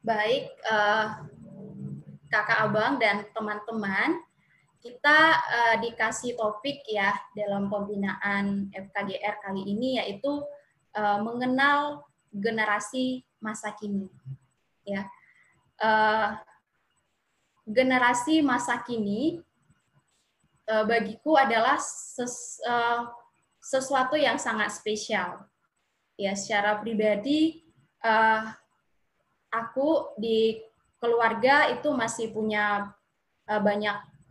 Baik, kakak abang dan teman-teman, kita dikasih topik ya dalam pembinaan FKGR kali ini, yaitu mengenal generasi masa kini. Ya, generasi masa kini bagiku adalah sesuatu yang sangat spesial. Ya, secara pribadi aku di keluarga itu masih punya banyak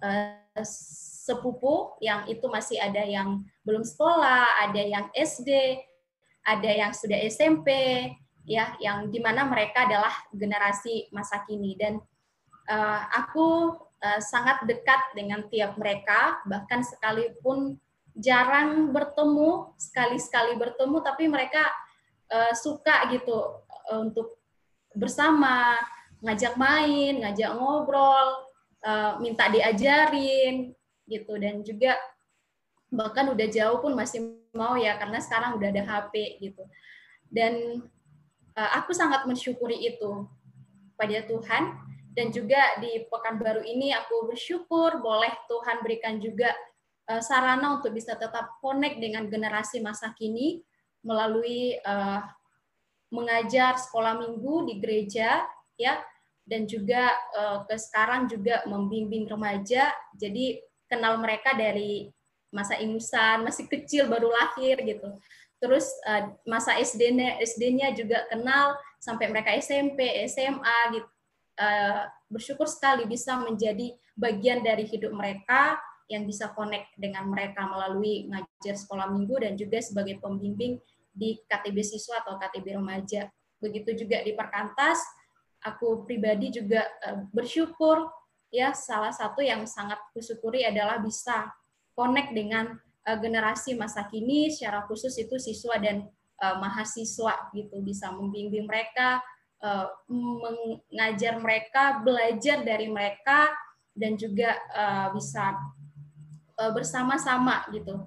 sepupu yang itu masih ada yang belum sekolah, ada yang SD, ada yang sudah SMP, ya, yang dimana mereka adalah generasi masa kini. Dan aku sangat dekat dengan tiap mereka, bahkan sekalipun jarang bertemu, sekali-sekali bertemu, tapi mereka suka gitu untuk bersama, ngajak main, ngajak ngobrol, minta diajarin gitu. Dan juga bahkan udah jauh pun masih mau ya, karena sekarang udah ada HP gitu. Dan aku sangat mensyukuri itu pada Tuhan. Dan juga di Pekanbaru ini aku bersyukur boleh Tuhan berikan juga sarana untuk bisa tetap connect dengan generasi masa kini melalui mengajar sekolah minggu di gereja, ya, dan juga sekarang juga membimbing remaja. Jadi kenal mereka dari masa ingusan, masih kecil baru lahir gitu. Terus masa SD-nya juga kenal sampai mereka SMP, SMA gitu. Bersyukur sekali bisa menjadi bagian dari hidup mereka, yang bisa connect dengan mereka melalui ngajar sekolah minggu dan juga sebagai pembimbing di KTB siswa atau KTB remaja. Begitu juga di Perkantas, aku pribadi juga bersyukur ya, salah satu yang sangat kusyukuri adalah bisa connect dengan generasi masa kini, secara khusus itu siswa dan mahasiswa gitu, bisa membimbing mereka, mengajar mereka, belajar dari mereka, dan juga bisa bersama-sama gitu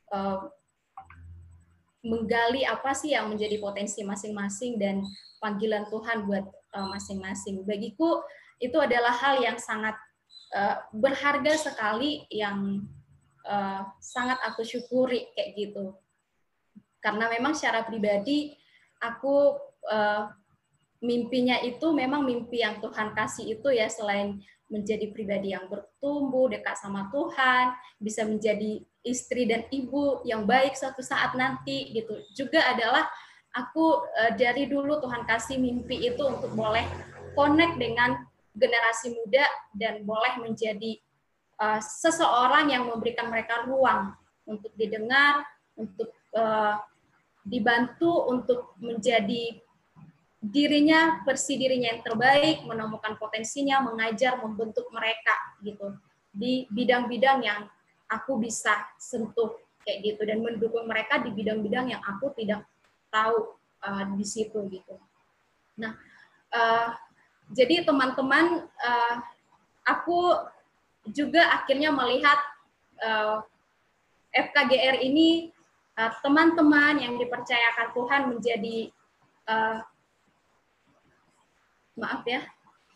menggali apa sih yang menjadi potensi masing-masing dan panggilan Tuhan buat masing-masing. Bagiku itu adalah hal yang sangat berharga sekali, yang sangat aku syukuri kayak gitu. Karena memang secara pribadi aku mimpinya itu memang mimpi yang Tuhan kasih itu ya, selain menjadi pribadi yang bertumbuh dekat sama Tuhan, bisa menjadi istri dan ibu yang baik suatu saat nanti gitu. Juga adalah aku dari dulu Tuhan kasih mimpi itu untuk boleh connect dengan generasi muda dan boleh menjadi seseorang yang memberikan mereka ruang untuk didengar, untuk dibantu untuk menjadi dirinya, versi dirinya yang terbaik, menemukan potensinya, mengajar, membentuk mereka gitu di bidang-bidang yang aku bisa sentuh kayak gitu, dan mendukung mereka di bidang-bidang yang aku tidak tahu di situ gitu. Nah, jadi teman-teman, aku juga akhirnya melihat FKGR ini teman-teman yang dipercayakan Tuhan menjadi maaf ya.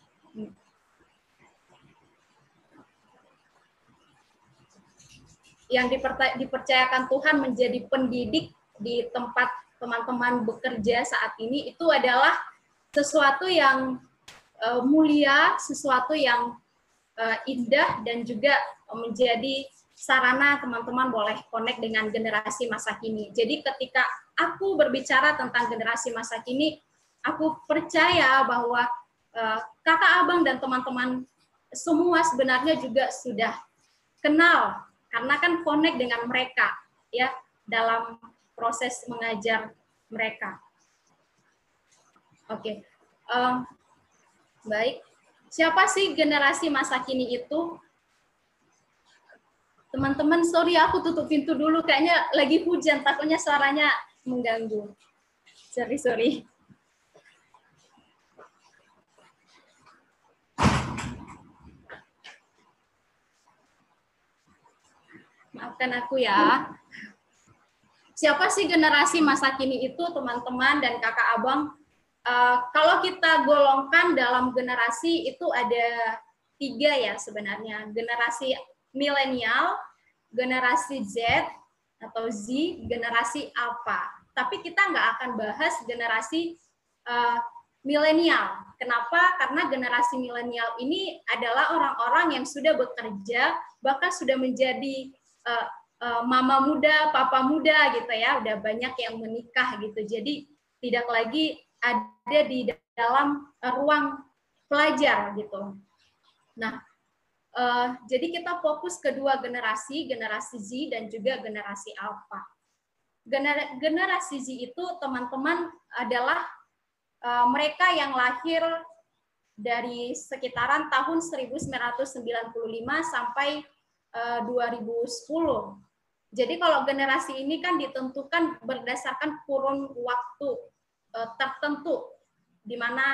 Yang dipercayakan Tuhan menjadi pendidik di tempat teman-teman bekerja saat ini, itu adalah sesuatu yang mulia, sesuatu yang indah, dan juga menjadi sarana teman-teman boleh connect dengan generasi masa kini. Jadi ketika aku berbicara tentang generasi masa kini, aku percaya bahwa kakak abang dan teman-teman semua sebenarnya juga sudah kenal, karena kan connect dengan mereka ya dalam proses mengajar mereka. Oke, baik. Siapa sih generasi masa kini itu? Teman-teman, sorry aku tutup pintu dulu, kayaknya lagi hujan, takutnya suaranya mengganggu. Sorry. Maafkan aku ya. Siapa sih generasi masa kini itu, teman-teman dan kakak abang? Kalau kalau kita golongkan dalam generasi itu ada 3 ya sebenarnya. Generasi milenial, generasi Z atau Z, generasi Alpha. Tapi kita nggak akan bahas generasi milenial. Kenapa? Karena generasi milenial ini adalah orang-orang yang sudah bekerja, bahkan sudah menjadi mama muda, papa muda gitu ya, udah banyak yang menikah gitu. Jadi tidak lagi ada di dalam ruang pelajar gitu. Nah, jadi kita fokus kedua generasi, generasi Z dan juga generasi Alpha. Generasi Z itu teman-teman adalah mereka yang lahir dari sekitaran tahun 1995 sampai 2010. Jadi kalau generasi ini kan ditentukan berdasarkan kurun waktu tertentu, di mana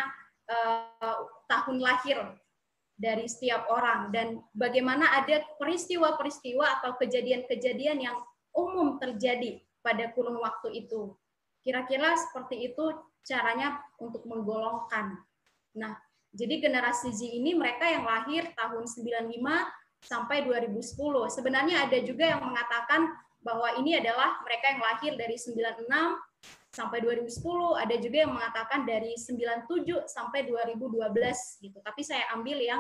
tahun lahir dari setiap orang dan bagaimana ada peristiwa-peristiwa atau kejadian-kejadian yang umum terjadi pada kurun waktu itu. Kira-kira seperti itu caranya untuk menggolongkan. Nah, jadi generasi Z ini mereka yang lahir tahun 95 sampai 2010. Sebenarnya ada juga yang mengatakan bahwa ini adalah mereka yang lahir dari 96 sampai 2010, ada juga yang mengatakan dari 97 sampai 2012 gitu. Tapi saya ambil yang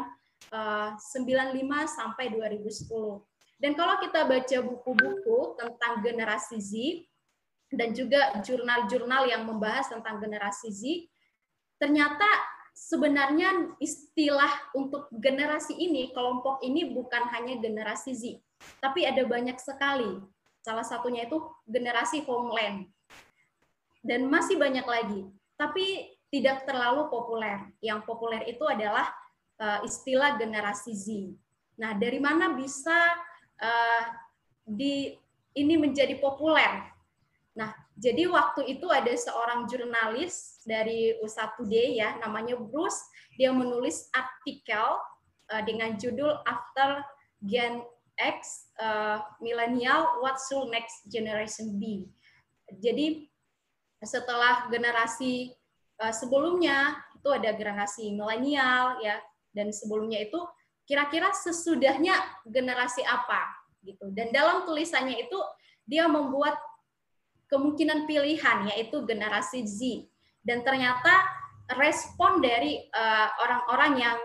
95 sampai 2010. Dan kalau kita baca buku-buku tentang generasi Z dan juga jurnal-jurnal yang membahas tentang generasi Z, ternyata sebenarnya istilah untuk generasi ini, kelompok ini bukan hanya generasi Z, tapi ada banyak sekali. Salah satunya itu generasi homeland. Dan masih banyak lagi, tapi tidak terlalu populer. Yang populer itu adalah istilah generasi Z. Nah, dari mana bisa ini menjadi populer? Nah, jadi waktu itu ada seorang jurnalis dari USA Today ya, namanya Bruce, dia menulis artikel dengan judul After Gen X Millennial, What Should Next Generation Be? Jadi setelah generasi sebelumnya itu ada generasi milenial ya, dan sebelumnya itu kira-kira sesudahnya generasi apa gitu. Dan dalam tulisannya itu dia membuat kemungkinan pilihan yaitu generasi Z, dan ternyata respon dari orang-orang yang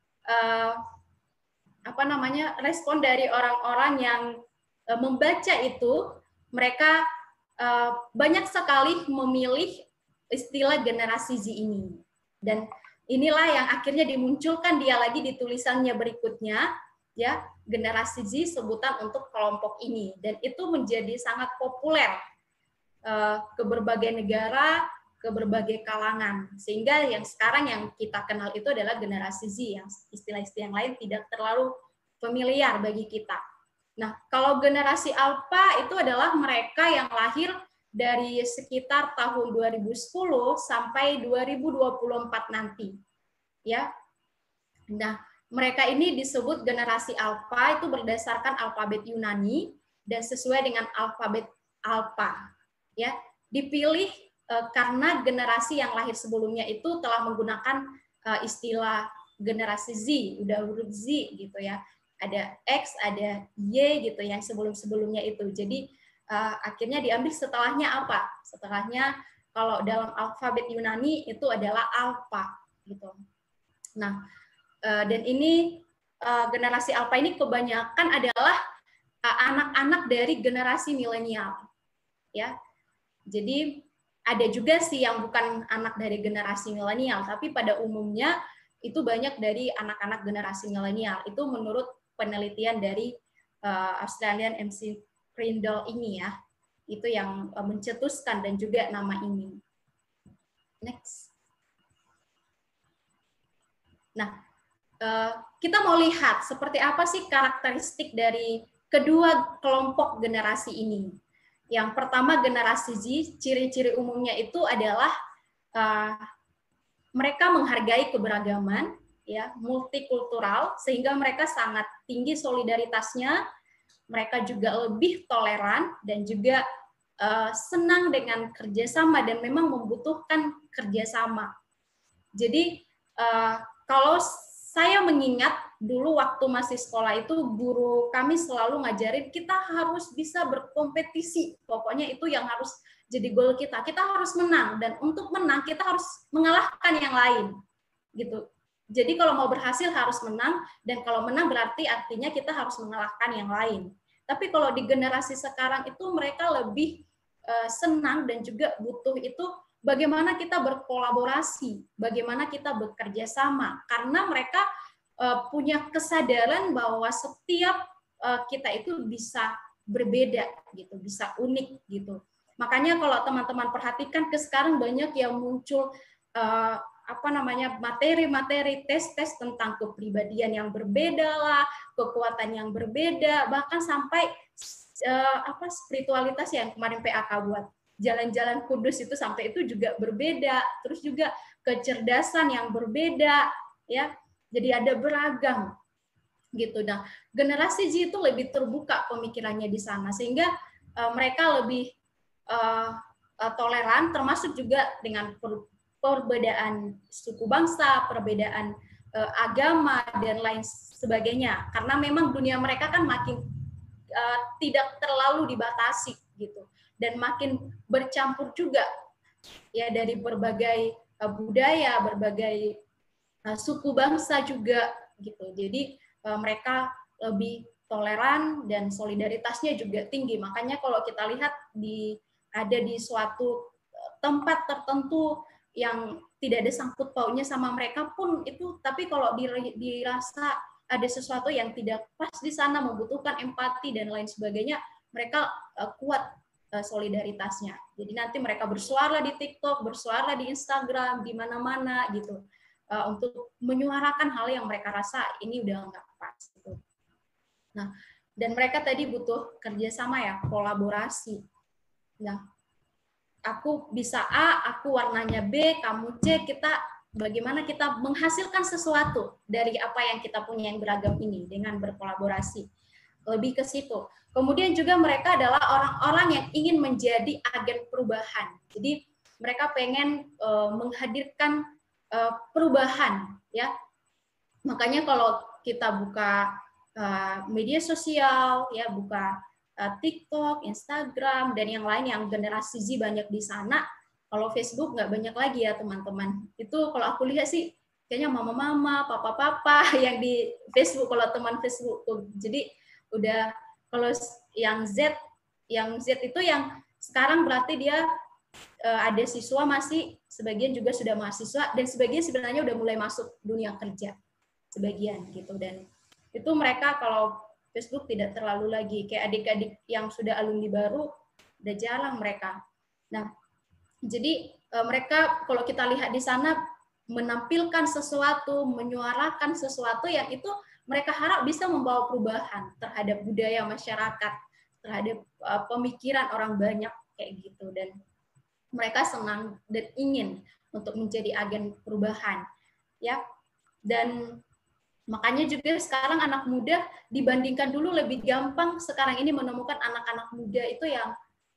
respon dari orang-orang yang membaca itu, mereka banyak sekali memilih istilah generasi Z ini. Dan inilah yang akhirnya dimunculkan dia lagi di tulisannya berikutnya ya, generasi Z sebutan untuk kelompok ini, dan itu menjadi sangat populer ke berbagai negara, ke berbagai kalangan, sehingga yang sekarang yang kita kenal itu adalah generasi Z, yang istilah-istilah yang lain tidak terlalu familiar bagi kita. Nah, kalau generasi Alpha itu adalah mereka yang lahir dari sekitar tahun 2010 sampai 2024 nanti. Ya. Nah, mereka ini disebut generasi Alpha itu berdasarkan alfabet Yunani dan sesuai dengan alfabet Alpha. Ya, dipilih karena generasi yang lahir sebelumnya itu telah menggunakan istilah generasi Z, udah huruf Z gitu ya. Ada X, ada Y gitu yang sebelum-sebelumnya itu. Jadi akhirnya diambil setelahnya apa? Setelahnya kalau dalam alfabet Yunani itu adalah alpha gitu. Nah, dan ini generasi alpha ini kebanyakan adalah anak-anak dari generasi milenial. Ya. Jadi ada juga sih yang bukan anak dari generasi milenial, tapi pada umumnya itu banyak dari anak-anak generasi milenial. Itu menurut penelitian dari Australian MC Prindle ini ya. Itu yang mencetuskan dan juga nama ini. Next. Nah, kita mau lihat seperti apa sih karakteristik dari kedua kelompok generasi ini. Yang pertama generasi Z, ciri-ciri umumnya itu adalah mereka menghargai keberagaman, ya, multikultural, sehingga mereka sangat tinggi solidaritasnya. Mereka juga lebih toleran dan juga senang dengan kerjasama dan memang membutuhkan kerjasama. Jadi kalau saya mengingat dulu waktu masih sekolah itu guru kami selalu ngajarin kita harus bisa berkompetisi. Pokoknya itu yang harus jadi goal kita. Kita harus menang, dan untuk menang kita harus mengalahkan yang lain. Gitu. Jadi kalau mau berhasil harus menang, dan kalau menang berarti artinya kita harus mengalahkan yang lain. Tapi kalau di generasi sekarang itu mereka lebih senang dan juga butuh itu bagaimana kita berkolaborasi, bagaimana kita bekerja sama, karena mereka punya kesadaran bahwa setiap kita itu bisa berbeda gitu, bisa unik gitu. Makanya kalau teman-teman perhatikan ke sekarang banyak yang muncul materi-materi tes-tes tentang kepribadian yang berbeda lah, kekuatan yang berbeda, bahkan sampai spiritualitas yang kemarin PAK buat jalan-jalan kudus itu sampai itu juga berbeda, terus juga kecerdasan yang berbeda ya. Jadi ada beragam gitu. Nah, generasi Z itu lebih terbuka pemikirannya di sana sehingga mereka lebih toleran, termasuk juga dengan perbedaan suku bangsa, perbedaan agama dan lain sebagainya. Karena memang dunia mereka kan makin tidak terlalu dibatasi gitu, dan makin bercampur juga ya dari berbagai budaya, berbagai suku bangsa juga gitu. Jadi mereka lebih toleran dan solidaritasnya juga tinggi. Makanya kalau kita lihat ada di suatu tempat tertentu yang tidak ada sangkut pautnya sama mereka pun itu, tapi kalau dirasa ada sesuatu yang tidak pas di sana, membutuhkan empati dan lain sebagainya, mereka kuat solidaritasnya. Jadi nanti mereka bersuara di TikTok, bersuara di Instagram, di mana-mana gitu, untuk menyuarakan hal yang mereka rasa ini udah nggak pas. Gitu. Nah, dan mereka tadi butuh kerjasama ya, kolaborasi. Nah, aku bisa A, aku warnanya B, kamu C, bagaimana kita menghasilkan sesuatu dari apa yang kita punya yang beragam ini dengan berkolaborasi. Lebih ke situ. Kemudian juga mereka adalah orang-orang yang ingin menjadi agen perubahan. Jadi mereka pengen menghadirkan perubahan ya. Makanya kalau kita buka media sosial ya, buka TikTok, Instagram, dan yang lain yang generasi Z banyak di sana. Kalau Facebook nggak banyak lagi ya teman-teman. Itu kalau aku lihat sih kayaknya mama-mama, papa-papa yang di Facebook, kalau teman Facebook. Jadi udah, kalau yang Z itu yang sekarang berarti dia ada siswa masih, sebagian juga sudah mahasiswa, dan sebagian sebenarnya udah mulai masuk dunia kerja sebagian gitu. Dan itu mereka kalau Facebook tidak terlalu lagi, kayak adik-adik yang sudah alumni baru udah jarang mereka. Nah, jadi mereka kalau kita lihat di sana menampilkan sesuatu, menyuarakan sesuatu yang itu mereka harap bisa membawa perubahan terhadap budaya masyarakat, terhadap pemikiran orang banyak kayak gitu. Dan mereka senang dan ingin untuk menjadi agen perubahan ya. Dan makanya juga sekarang anak muda dibandingkan dulu lebih gampang sekarang ini menemukan anak-anak muda itu yang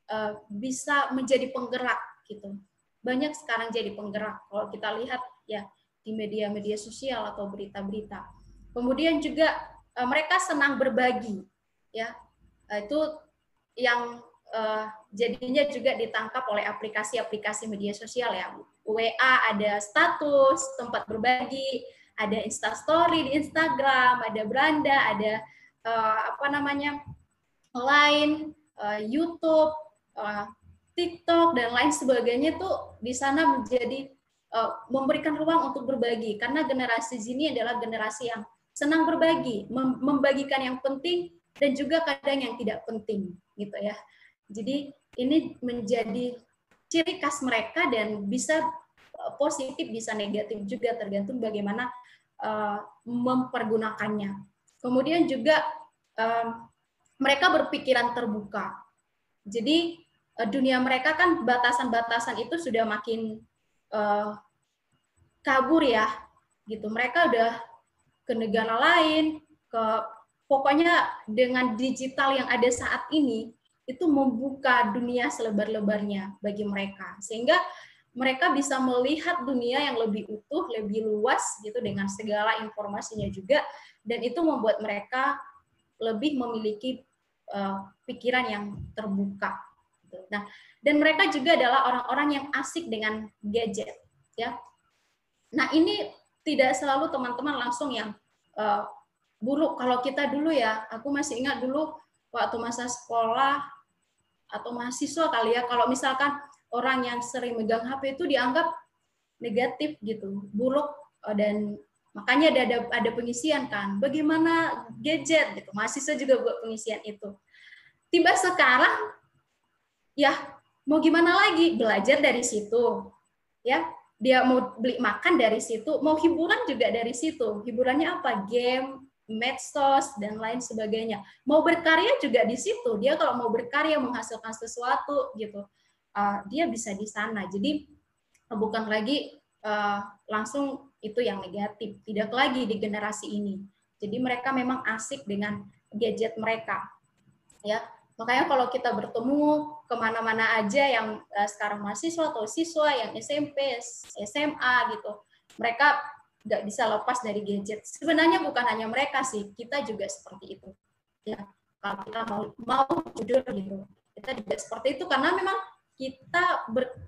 bisa menjadi penggerak gitu. Banyak sekarang jadi penggerak kalau kita lihat ya di media-media sosial atau berita-berita. Kemudian juga mereka senang berbagi ya. Itu yang jadinya juga ditangkap oleh aplikasi-aplikasi media sosial ya. WA ada status, tempat berbagi, ada Instastory di Instagram, ada Beranda, ada Line, YouTube, TikTok dan lain sebagainya tuh di sana menjadi memberikan ruang untuk berbagi, karena generasi ini adalah generasi yang senang berbagi, membagikan yang penting dan juga kadang yang tidak penting gitu ya. Jadi ini menjadi ciri khas mereka dan bisa positif bisa negatif juga tergantung bagaimana mempergunakannya. Kemudian juga mereka berpikiran terbuka. Jadi dunia mereka kan batasan-batasan itu sudah makin kabur ya, gitu. Mereka udah ke negara lain, pokoknya dengan digital yang ada saat ini itu membuka dunia selebar-lebarnya bagi mereka, sehingga mereka bisa melihat dunia yang lebih utuh, lebih luas gitu dengan segala informasinya juga, dan itu membuat mereka lebih memiliki pikiran yang terbuka. Nah, dan mereka juga adalah orang-orang yang asik dengan gadget, ya. Nah, ini tidak selalu teman-teman langsung yang buruk. Kalau kita dulu ya, aku masih ingat dulu waktu masa sekolah atau mahasiswa kali ya, kalau misalkan orang yang sering megang HP itu dianggap negatif gitu, buruk, dan makanya ada pengisian kan, bagaimana gadget gitu, mahasiswa juga buat pengisian itu. Tiba sekarang, ya mau gimana lagi, belajar dari situ, ya dia mau beli makan dari situ, mau hiburan juga dari situ. Hiburannya apa? Game, medsos, dan lain sebagainya. Mau berkarya juga di situ. Dia kalau mau berkarya, menghasilkan sesuatu gitu, dia bisa di sana. Jadi bukan lagi langsung itu yang negatif. Tidak lagi di generasi ini. Jadi mereka memang asik dengan gadget mereka. Ya, makanya kalau kita bertemu kemana-mana aja yang sekarang mahasiswa atau siswa yang SMP, SMA gitu, mereka nggak bisa lepas dari gadget. Sebenarnya bukan hanya mereka sih, kita juga seperti itu. Ya, kalau kita mau jujur gitu, kita juga seperti itu karena memang kita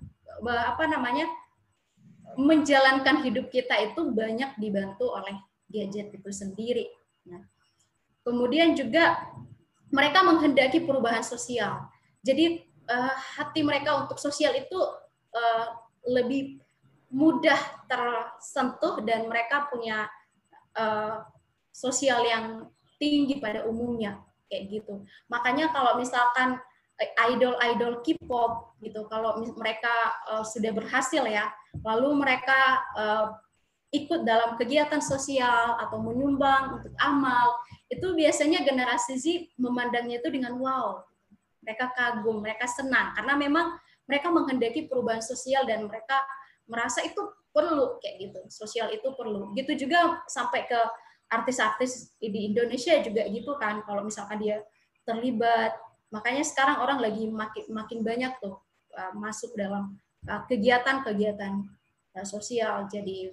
menjalankan hidup kita itu banyak dibantu oleh gadget itu sendiri. Nah, kemudian juga mereka menghendaki perubahan sosial. Jadi hati mereka untuk sosial itu lebih mudah tersentuh dan mereka punya sosial yang tinggi pada umumnya kayak gitu. Makanya kalau misalkan idol-idol K-pop gitu, kalau mereka sudah berhasil ya, lalu mereka ikut dalam kegiatan sosial atau menyumbang untuk amal, itu biasanya generasi Z memandangnya itu dengan wow. Mereka kagum, mereka senang karena memang mereka menghendaki perubahan sosial dan mereka merasa itu perlu kayak gitu. Sosial itu perlu. Gitu juga sampai ke artis-artis di Indonesia juga gitu kan. Kalau misalkan dia terlibat, makanya sekarang orang lagi makin banyak tuh masuk dalam kegiatan-kegiatan sosial, jadi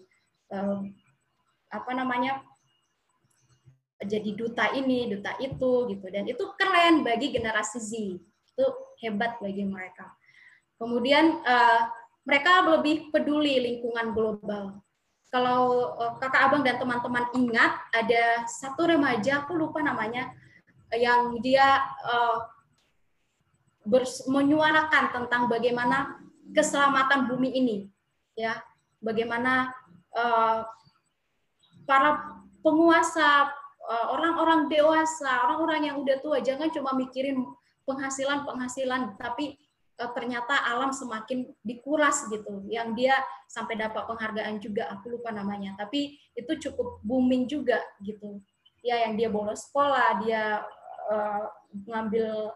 jadi duta ini, duta itu gitu, dan itu keren bagi generasi Z, itu hebat bagi mereka. Kemudian mereka lebih peduli lingkungan global. Kalau kakak abang dan teman-teman ingat, ada satu remaja, aku lupa namanya, yang dia menyuarakan tentang bagaimana keselamatan bumi ini, ya, bagaimana para penguasa, orang-orang dewasa, orang-orang yang udah tua, jangan cuma mikirin penghasilan, tapi ternyata alam semakin dikuras gitu. Yang dia sampai dapat penghargaan juga, aku lupa namanya. Tapi itu cukup booming juga gitu. Ya, yang dia bolos sekolah, dia ngambil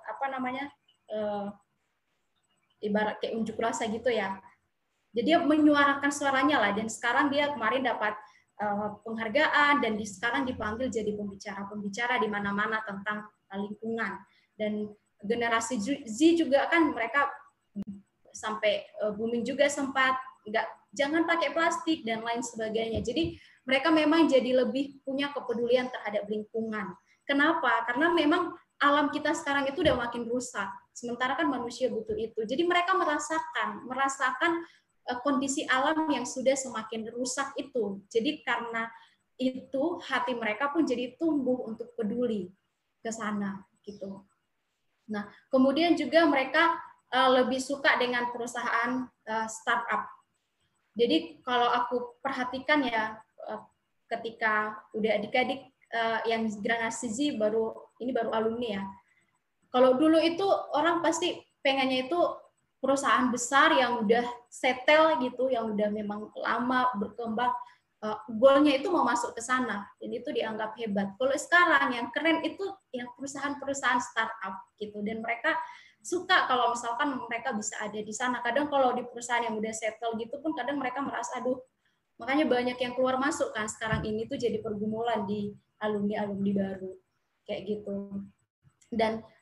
ibarat kayak unjuk rasa gitu ya. Jadi dia menyuarakan suaranya lah, dan sekarang dia kemarin dapat penghargaan dan sekarang dipanggil jadi pembicara di mana-mana tentang lingkungan. Dan generasi Z juga kan mereka sampai booming juga sempat jangan pakai plastik dan lain sebagainya. Jadi mereka memang jadi lebih punya kepedulian terhadap lingkungan. Kenapa? Karena memang alam kita sekarang itu udah makin rusak. Sementara kan manusia butuh itu. Jadi mereka merasakan kondisi alam yang sudah semakin rusak itu. Jadi karena itu hati mereka pun jadi tumbuh untuk peduli ke sana gitu. Nah, kemudian juga mereka lebih suka dengan perusahaan startup. Jadi kalau aku perhatikan ya, ketika udah adik-adik yang generasi Z baru alumni ya. Kalau dulu itu orang pasti pengennya itu perusahaan besar yang udah settle gitu, yang udah memang lama berkembang, goalnya itu mau masuk ke sana, dan itu dianggap hebat. Kalau sekarang yang keren itu yang perusahaan-perusahaan startup gitu, dan mereka suka kalau misalkan mereka bisa ada di sana. Kadang kalau di perusahaan yang udah settle gitu pun kadang mereka merasa aduh, makanya banyak yang keluar masuk kan sekarang ini tuh jadi pergumulan di alumni baru kayak gitu. Dan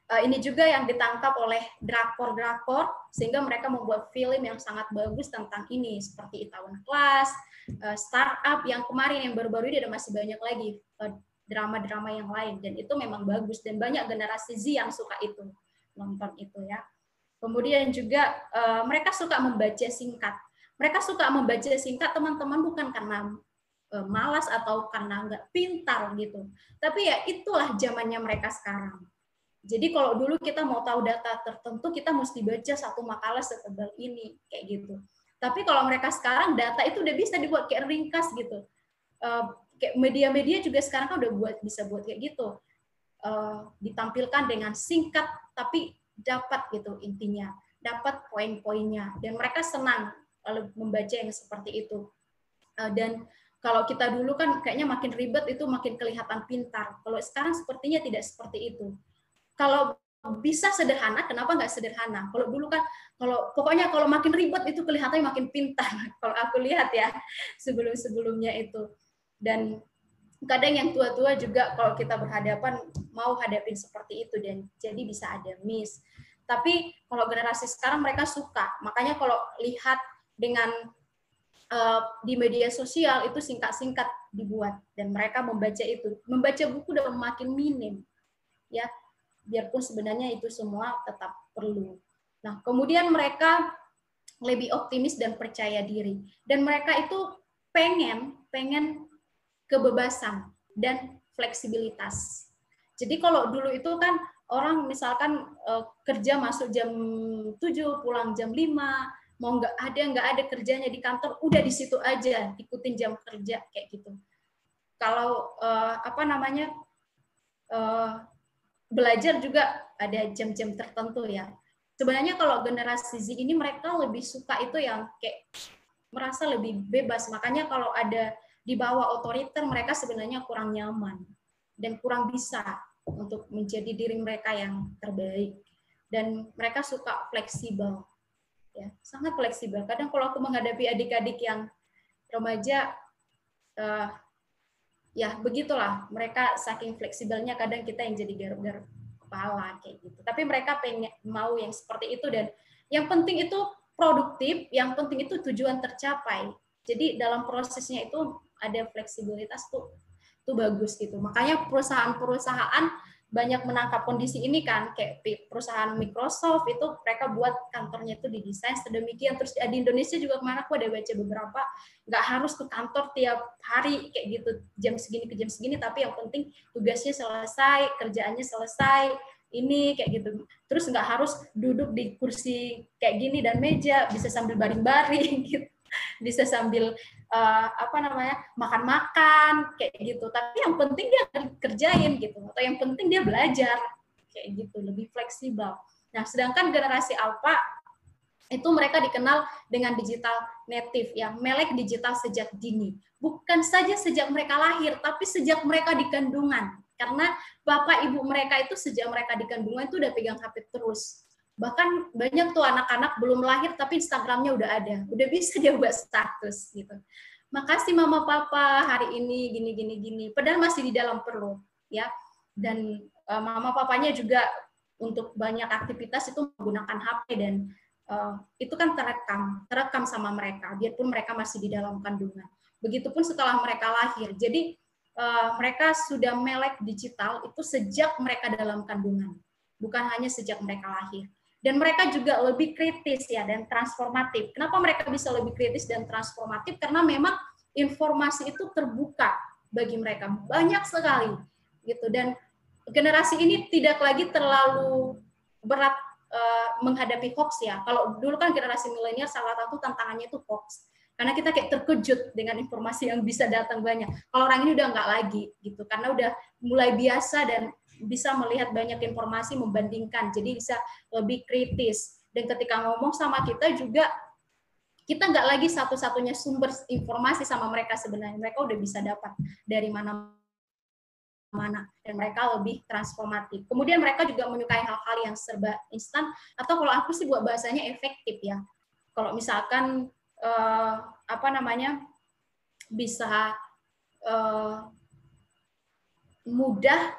ini juga yang ditangkap oleh drakor-drakor, sehingga mereka membuat film yang sangat bagus tentang ini, seperti Itaewon Class, Startup yang kemarin, yang baru-baru ini, ada masih banyak lagi drama-drama yang lain, dan itu memang bagus, dan banyak generasi Z yang suka itu, nonton itu ya. Kemudian juga mereka suka membaca singkat. Mereka suka membaca singkat, teman-teman, bukan karena malas atau karena nggak pintar gitu, tapi ya itulah zamannya mereka sekarang. Jadi kalau dulu kita mau tahu data tertentu, kita mesti baca satu makalah setebal ini, kayak gitu. Tapi kalau mereka sekarang, data itu udah bisa dibuat kayak ringkas gitu. Kayak media-media juga sekarang kan udah bisa buat kayak gitu. Ditampilkan dengan singkat, tapi dapat gitu intinya, dapat poin-poinnya. Dan mereka senang kalau membaca yang seperti itu. Dan kalau kita dulu kan kayaknya makin ribet itu makin kelihatan pintar. Kalau sekarang sepertinya tidak seperti itu. Kalau bisa sederhana, kenapa nggak sederhana? Kalau dulu kan, pokoknya kalau makin ribet itu kelihatannya makin pintar. Kalau aku lihat ya, sebelum-sebelumnya itu. Dan kadang yang tua-tua juga kalau kita berhadapan mau hadapin seperti itu, dan jadi bisa ada miss. Tapi kalau generasi sekarang mereka suka. Makanya kalau lihat dengan di media sosial itu singkat-singkat dibuat, dan mereka membaca itu. Membaca buku udah makin minim. Ya, biarpun sebenarnya itu semua tetap perlu. Nah, kemudian mereka lebih optimis dan percaya diri. Dan mereka itu pengen kebebasan dan fleksibilitas. Jadi kalau dulu itu kan orang misalkan kerja masuk jam 7, pulang jam 5, mau nggak ada kerjanya di kantor, udah di situ aja, ikutin jam kerja kayak gitu. Kalau belajar juga ada jam-jam tertentu ya. Sebenarnya kalau generasi Z ini mereka lebih suka itu yang kayak merasa lebih bebas. Makanya kalau ada di bawah otoriter, mereka sebenarnya kurang nyaman dan kurang bisa untuk menjadi diri mereka yang terbaik. Dan mereka suka fleksibel, ya, sangat fleksibel. Kadang kalau aku menghadapi adik-adik yang remaja, ya begitulah, mereka saking fleksibelnya kadang kita yang jadi garuk-garuk kepala kayak gitu. Tapi mereka pengen mau yang seperti itu, dan yang penting itu produktif, yang penting itu tujuan tercapai. Jadi dalam prosesnya itu ada fleksibilitas tuh bagus gitu. Makanya perusahaan-perusahaan banyak menangkap kondisi ini kan, kayak perusahaan Microsoft itu mereka buat kantornya itu didesain sedemikian. Terus di Indonesia juga kemana aku ada baca beberapa, nggak harus ke kantor tiap hari kayak gitu jam segini ke jam segini, tapi yang penting tugasnya selesai, kerjaannya selesai, ini kayak gitu. Terus nggak harus duduk di kursi kayak gini dan meja, bisa sambil baring-baring gitu, bisa sambil makan-makan kayak gitu. Tapi yang penting dia kerjain gitu, atau yang penting dia belajar kayak gitu, lebih fleksibel. Nah, sedangkan generasi Alpha itu mereka dikenal dengan digital native, yang melek digital sejak dini. Bukan saja sejak mereka lahir, tapi sejak mereka di kandungan. Karena bapak ibu mereka itu sejak mereka di kandungan itu udah pegang HP terus. Bahkan banyak tuh anak-anak belum lahir tapi Instagramnya udah ada, udah bisa dia buat status gitu. Makasih mama papa hari ini gini. Padahal masih di dalam perut ya. Dan mama papanya juga untuk banyak aktivitas itu menggunakan HP, dan itu kan terekam sama mereka, biarpun mereka masih di dalam kandungan. Begitupun setelah mereka lahir. Jadi mereka sudah melek digital itu sejak mereka dalam kandungan, bukan hanya sejak mereka lahir. Dan mereka juga lebih kritis ya dan transformatif. Kenapa mereka bisa lebih kritis dan transformatif? Karena memang informasi itu terbuka bagi mereka, banyak sekali gitu. Dan generasi ini tidak lagi terlalu berat menghadapi hoax ya. Kalau dulu kan generasi milenial salah satu tantangannya itu hoax. Karena kita kayak terkejut dengan informasi yang bisa datang banyak. Kalau orang ini udah nggak lagi gitu, karena udah mulai biasa dan bisa melihat banyak informasi, membandingkan, jadi bisa lebih kritis. Dan ketika ngomong sama kita juga, kita nggak lagi satu-satunya sumber informasi sama mereka sebenarnya. Mereka udah bisa dapat dari mana, dan mereka lebih transformatif. Kemudian mereka juga menyukai hal-hal yang serba instan, atau kalau aku sih buat bahasanya efektif ya. Kalau misalkan bisa mudah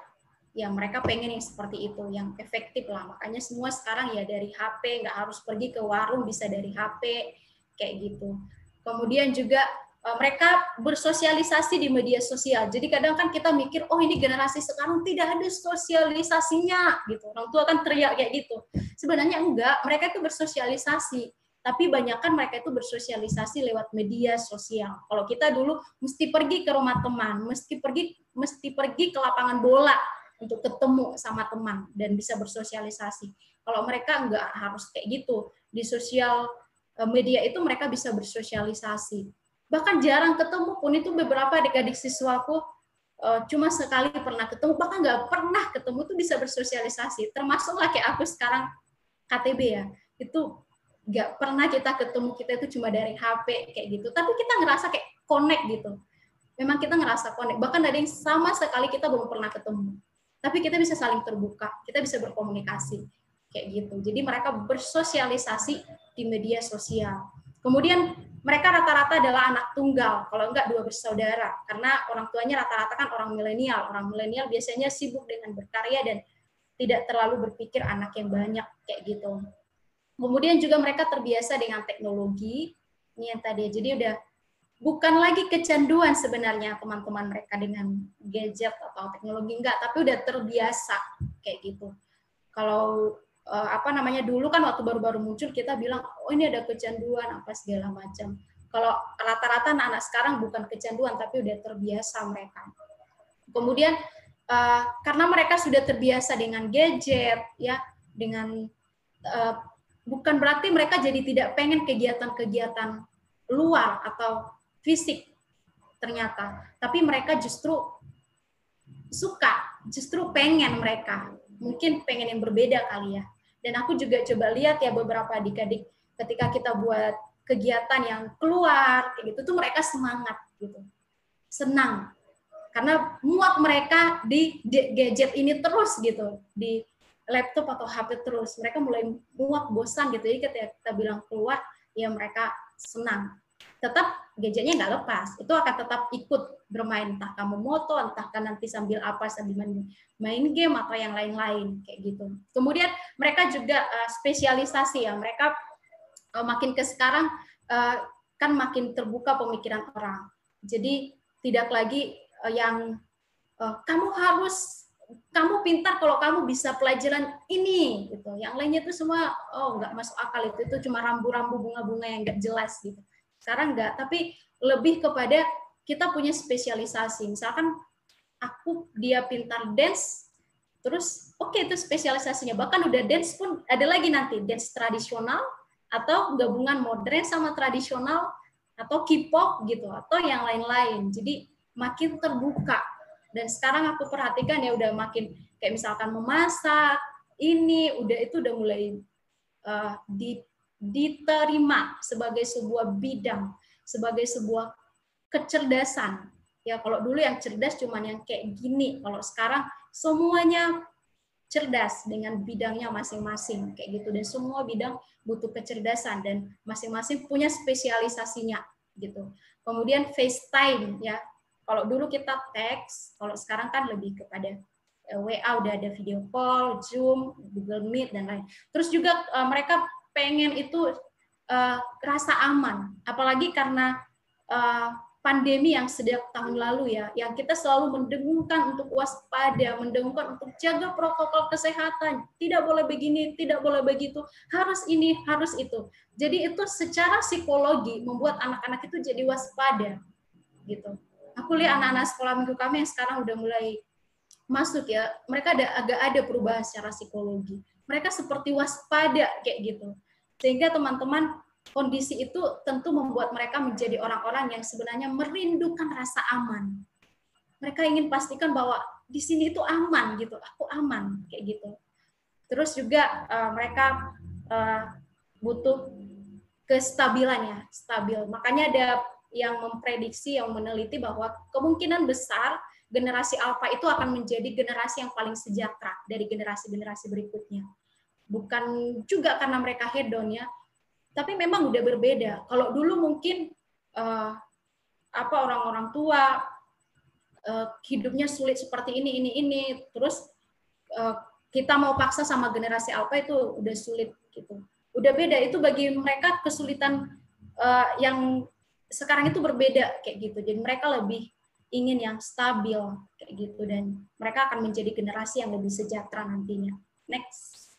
Ya mereka pengen yang seperti itu, yang efektif lah. Makanya semua sekarang ya dari HP, nggak harus pergi ke warung, bisa dari HP, kayak gitu. Kemudian juga mereka bersosialisasi di media sosial. Jadi kadang kan kita mikir, oh ini generasi sekarang tidak ada sosialisasinya, gitu. Orang tua kan teriak kayak gitu. Sebenarnya enggak, mereka itu bersosialisasi. Tapi banyakkan mereka itu bersosialisasi lewat media sosial. Kalau kita dulu mesti pergi ke rumah teman, mesti pergi ke lapangan bola untuk ketemu sama teman dan bisa bersosialisasi. Kalau mereka nggak harus kayak gitu. Di sosial media itu mereka bisa bersosialisasi. Bahkan jarang ketemu pun, itu beberapa adik-adik siswaku cuma sekali pernah ketemu, bahkan nggak pernah ketemu tuh bisa bersosialisasi. Termasuklah kayak aku sekarang KTB ya, itu nggak pernah kita ketemu, kita itu cuma dari HP kayak gitu. Tapi kita ngerasa kayak connect gitu. Memang kita ngerasa connect. Bahkan ada yang sama sekali kita belum pernah ketemu. Tapi kita bisa saling terbuka, kita bisa berkomunikasi kayak gitu. Jadi mereka bersosialisasi di media sosial. Kemudian mereka rata-rata adalah anak tunggal, kalau enggak dua bersaudara, karena orang tuanya rata-rata kan orang milenial. Orang milenial biasanya sibuk dengan berkarya dan tidak terlalu berpikir anak yang banyak kayak gitu. Kemudian juga mereka terbiasa dengan teknologi, ini yang tadi. Jadi udah bukan lagi kecanduan sebenarnya teman-teman mereka dengan gadget atau teknologi, enggak, tapi udah terbiasa kayak gitu. Kalau dulu kan waktu baru-baru muncul kita bilang, oh ini ada kecanduan apa segala macam. Kalau rata-rata anak-anak sekarang bukan kecanduan tapi udah terbiasa mereka. Kemudian karena mereka sudah terbiasa dengan gadget ya, dengan bukan berarti mereka jadi tidak pengen kegiatan-kegiatan luar atau fisik ternyata, tapi mereka justru suka, justru pengen, mereka mungkin pengen yang berbeda kali ya. Dan aku juga coba lihat ya beberapa adik-adik ketika kita buat kegiatan yang keluar kayak gitu tuh mereka semangat gitu, senang karena muak mereka di gadget ini terus gitu, di laptop atau HP terus, mereka mulai muak, bosan gitu. Jadi ketika kita bilang keluar ya mereka senang. Tetap gadgetnya nggak lepas, itu akan tetap ikut bermain, entah kamu moto, entah kan nanti sambil apa, sambil main game atau yang lain-lain kayak gitu. Kemudian mereka juga spesialisasi ya, mereka makin ke sekarang kan makin terbuka pemikiran orang. Jadi tidak lagi yang kamu pintar kalau kamu bisa pelajaran ini gitu. Yang lainnya itu semua nggak masuk akal, itu cuma rambu-rambu bunga-bunga yang nggak jelas gitu. Sekarang enggak, tapi lebih kepada kita punya spesialisasi. Misalkan dia pintar dance, terus oke, itu spesialisasinya. Bahkan udah dance pun ada lagi nanti, dance tradisional atau gabungan modern sama tradisional atau K-pop gitu, atau yang lain-lain. Jadi makin terbuka. Dan sekarang aku perhatikan ya udah makin kayak misalkan memasak, itu udah mulai diterima sebagai sebuah bidang, sebagai sebuah kecerdasan. Ya kalau dulu yang cerdas cuman yang kayak gini, kalau sekarang semuanya cerdas dengan bidangnya masing-masing kayak gitu, dan semua bidang butuh kecerdasan dan masing-masing punya spesialisasinya gitu. Kemudian FaceTime ya. Kalau dulu kita teks, kalau sekarang kan lebih kepada WA, udah ada video call, Zoom, Google Meet dan lain. Terus juga mereka pengen itu rasa aman, apalagi karena pandemi yang sejak tahun lalu ya, yang kita selalu mendengungkan untuk waspada, mendengungkan untuk jaga protokol kesehatan, tidak boleh begini, tidak boleh begitu, harus ini, harus itu. Jadi itu secara psikologi membuat anak-anak itu jadi waspada gitu. Aku lihat anak-anak sekolah minggu kami yang sekarang udah mulai masuk ya, mereka agak ada perubahan secara psikologi. Mereka seperti waspada kayak gitu. Sehingga teman-teman, kondisi itu tentu membuat mereka menjadi orang-orang yang sebenarnya merindukan rasa aman. Mereka ingin pastikan bahwa di sini itu aman gitu, aku aman kayak gitu. Terus juga mereka butuh kestabilan ya, stabil. Makanya ada yang memprediksi, yang meneliti bahwa kemungkinan besar generasi alfa itu akan menjadi generasi yang paling sejahtera dari generasi-generasi berikutnya. Bukan juga karena mereka hedon ya, tapi memang udah berbeda. Kalau dulu mungkin orang-orang tua hidupnya sulit seperti ini, terus kita mau paksa sama generasi alpha itu udah sulit gitu. Udah beda, itu bagi mereka kesulitan yang sekarang itu berbeda kayak gitu. Jadi mereka lebih ingin yang stabil kayak gitu, dan mereka akan menjadi generasi yang lebih sejahtera nantinya. Next.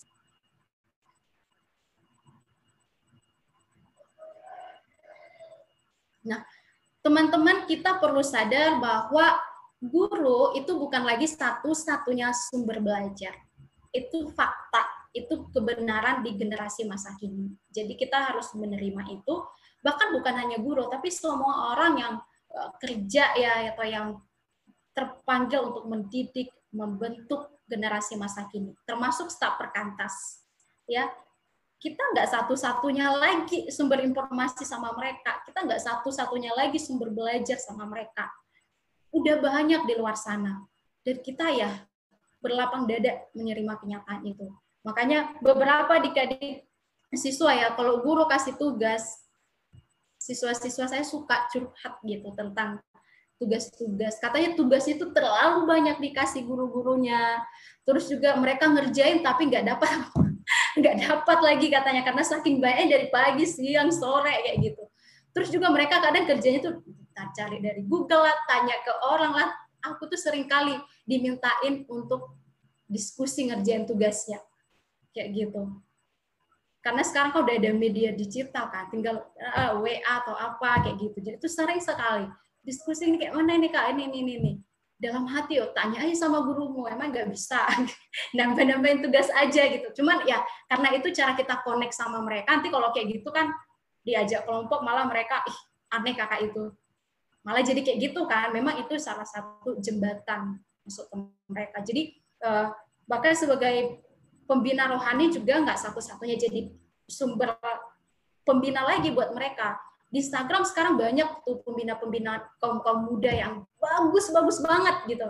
Nah, teman-teman, kita perlu sadar bahwa guru itu bukan lagi satu-satunya sumber belajar. Itu fakta, itu kebenaran di generasi masa kini. Jadi kita harus menerima itu, bahkan bukan hanya guru, tapi semua orang yang kerja ya, atau yang terpanggil untuk mendidik, membentuk generasi masa kini, termasuk staf perkantas. Ya, kita nggak satu-satunya lagi sumber informasi sama mereka, kita nggak satu-satunya lagi sumber belajar sama mereka. Udah banyak di luar sana, dan kita ya berlapang dada menerima kenyataan itu. Makanya beberapa adik-adik siswa ya, kalau guru kasih tugas, siswa-siswa saya suka curhat gitu tentang tugas-tugas. Katanya tugas itu terlalu banyak dikasih guru-gurunya. Terus juga mereka ngerjain tapi nggak dapat lagi katanya, karena saking banyaknya dari pagi, siang, sore kayak gitu. Terus juga mereka kadang kerjanya tuh cari dari Google lah, tanya ke orang lah. Aku tuh sering kali dimintain untuk diskusi ngerjain tugasnya kayak gitu. Karena sekarang kan udah ada media digital kan, tinggal WA atau apa kayak gitu. Jadi itu sering sekali diskusi, ini kayak mana ini Kak, ini. Dalam hati, tanya aja sama gurumu, emang nggak bisa nambah-nambahin tugas aja gitu. Cuman ya karena itu cara kita connect sama mereka. Nanti kalau kayak gitu kan diajak kelompok malah mereka aneh kakak itu. Malah jadi kayak gitu kan. Memang itu salah satu jembatan masuk ke mereka. Jadi bahkan sebagai pembina rohani juga nggak satu-satunya jadi sumber pembina lagi buat mereka. Di Instagram sekarang banyak tuh pembina-pembina kaum muda yang bagus banget gitu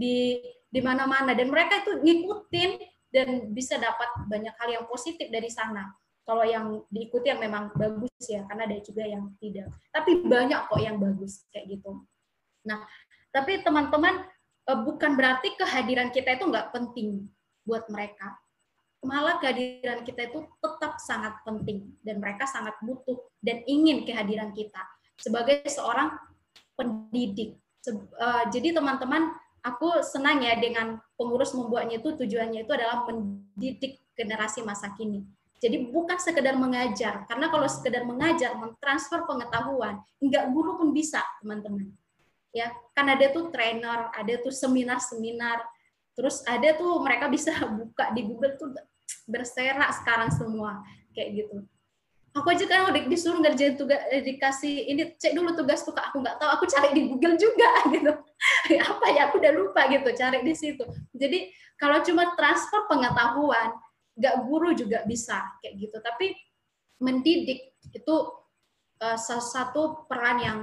di mana-mana, dan mereka itu ngikutin dan bisa dapat banyak hal yang positif dari sana. Kalau yang diikuti yang memang bagus ya, karena ada juga yang tidak. Tapi banyak kok yang bagus kayak gitu. Nah, tapi teman-teman, bukan berarti kehadiran kita itu nggak penting buat mereka. Malah kehadiran kita itu tetap sangat penting, dan mereka sangat butuh dan ingin kehadiran kita sebagai seorang pendidik. Jadi teman-teman, aku senang ya dengan pengurus membuatnya itu, tujuannya itu adalah mendidik generasi masa kini. Jadi bukan sekedar mengajar, karena kalau sekedar mengajar, mentransfer pengetahuan, enggak guru pun bisa, teman-teman. Ya, kan ada tuh trainer, ada tuh seminar-seminar, terus ada tuh mereka bisa buka di Google tuh berserak sekarang semua kayak gitu. Aku aja kan disuruh ngerjain tugas, dikasih ini, cek dulu tugas tuh Kak, aku nggak tahu, aku cari di Google juga gitu. Apa ya, aku udah lupa gitu, cari di situ. Jadi kalau cuma transfer pengetahuan, nggak guru juga bisa kayak gitu. Tapi mendidik itu salah satu peran yang